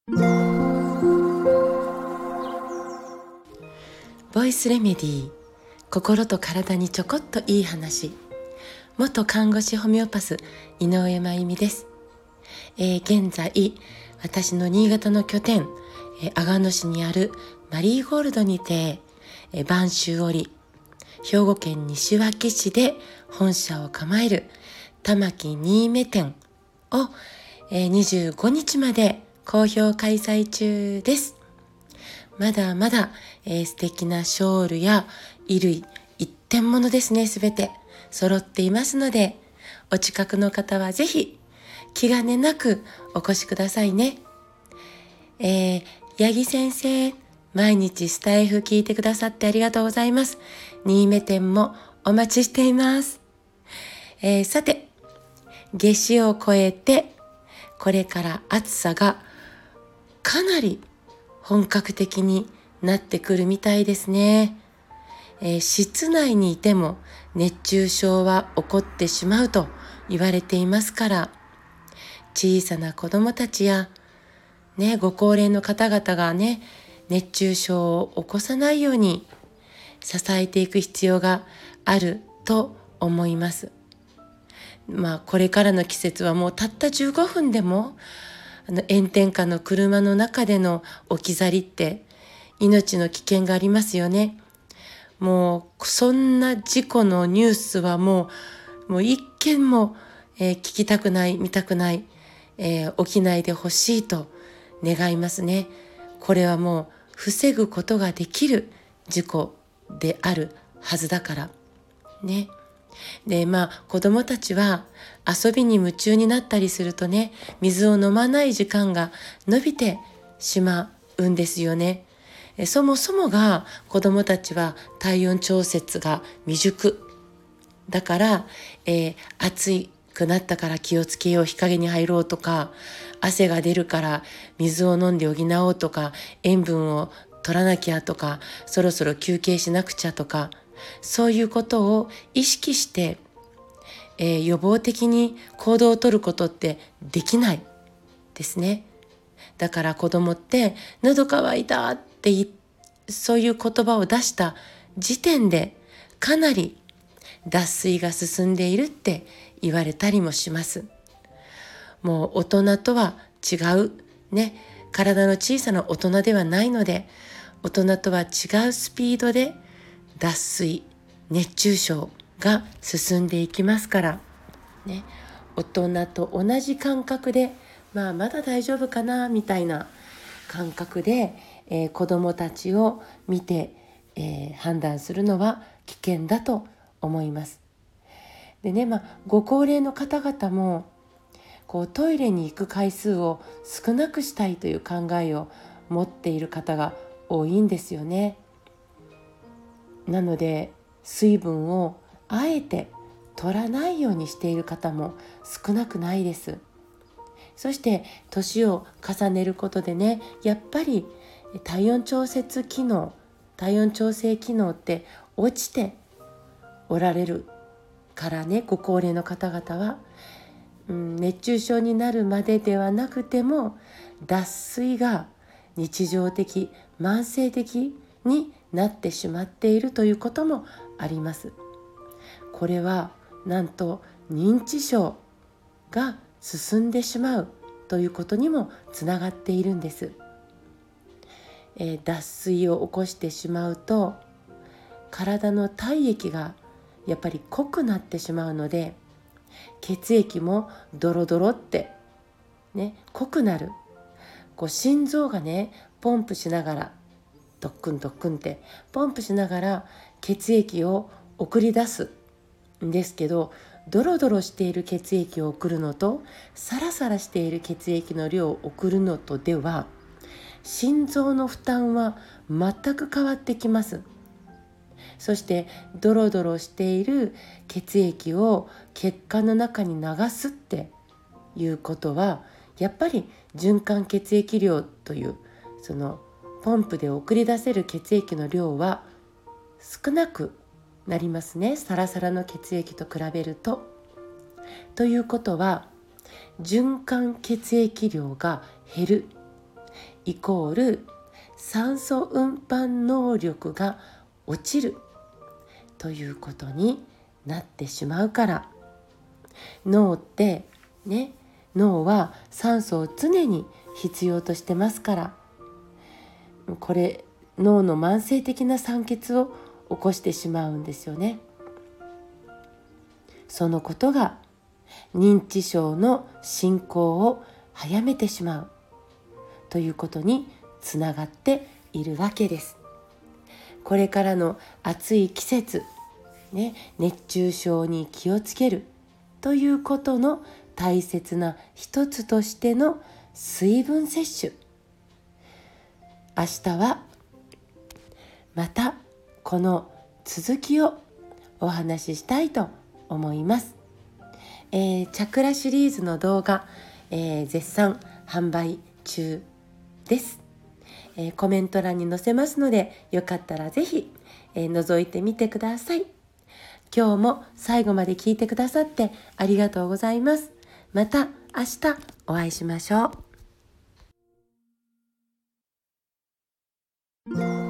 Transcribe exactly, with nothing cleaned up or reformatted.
ボイスレメディー、心と体にちょこっといい話。元看護師ホメオパス井上真由美です。えー、現在私の新潟の拠点、えー、阿賀野市にあるマリーゴールドにて、えー、播州織兵庫県西脇市で本社を構える玉木新芽店を、えー、にじゅうごにちまで好評開催中です。まだまだ、えー、素敵なショールや衣類一点物ですね、すべて揃っていますので、お近くの方はぜひ気兼ねなくお越しくださいね。えー、八木先生、毎日スタイフ聞いてくださってありがとうございます。新芽店もお待ちしています。えー、さて、夏至を超えてこれから暑さがかなり本格的になってくるみたいですね。えー、室内にいても熱中症は起こってしまうと言われていますから、小さな子供たちや、ね、ご高齢の方々がね、熱中症を起こさないように支えていく必要があると思います。まあこれからの季節はもうたったじゅうごふんでもあの炎天下の車の中での置き去りって命の危険がありますよね。もうそんな事故のニュースはもう、もう一件も、えー、聞きたくない、見たくない、えー、起きないでほしいと願いますね。これはもう防ぐことができる事故であるはずだからね。でまあ子供たちは遊びに夢中になったりするとね、水を飲まない時間が伸びてしまうんですよね。えそもそもが子供たちは体温調節が未熟だから、えー、暑くなったから気をつけよう、日陰に入ろうとか、汗が出るから水を飲んで補おうとか、塩分を取らなきゃとか、そろそろ休憩しなくちゃとか、そういうことを意識して、えー、予防的に行動をとることってできないですね。だから子供って喉乾いたってそういう言葉を出した時点でかなり脱水が進んでいるって言われたりもします。もう大人とは違うね、体の小さな大人ではないので、大人とは違うスピードで脱水、熱中症が進んでいきますからね、大人と同じ感覚で、まあまだ大丈夫かなみたいな感覚で、えー、子どもたちを見て、えー、判断するのは危険だと思います。でね、まあご高齢の方々もこうトイレに行く回数を少なくしたいという考えを持っている方が多いんですよね。なので水分をあえて取らないようにしている方も少なくないです。そして年を重ねることでね、やっぱり体温調節機能、体温調整機能って落ちておられるからね、ご高齢の方々は、うん、熱中症になるまでではなくても脱水が日常的、慢性的になってしまっているということもあります。これはなんと認知症が進んでしまうということにもつながっているんです。えー、脱水を起こしてしまうと体の体液がやっぱり濃くなってしまうので、血液もドロドロってね、濃くなる。こう心臓がねポンプしながらドックンドックンってポンプしながら血液を送り出すんですけど、ドロドロしている血液を送るのとサラサラしている血液の量を送るのとでは心臓の負担は全く変わってきます。そしてドロドロしている血液を血管の中に流すっていうことは、やっぱり循環血液量というそのポンプで送り出せる血液の量は少なくなりますね、サラサラの血液と比べると。ということは循環血液量が減る。 イコール酸素運搬能力が落ちるということになってしまうから。脳ってね、脳は酸素を常に必要としてますから、これ脳の慢性的な酸欠を起こしてしまうんですよね。そのことが認知症の進行を早めてしまうということにつながっているわけです。これからの暑い季節、ね、熱中症に気をつけるということの大切な一つとしての水分摂取。明日はまたこの続きをお話ししたいと思います。えー、チャクラシリーズの動画、えー、絶賛販売中です。えー、コメント欄に載せますので、よかったらぜひ、えー、覗いてみてください。今日も最後まで聞いてくださってありがとうございます。また明日お会いしましょう。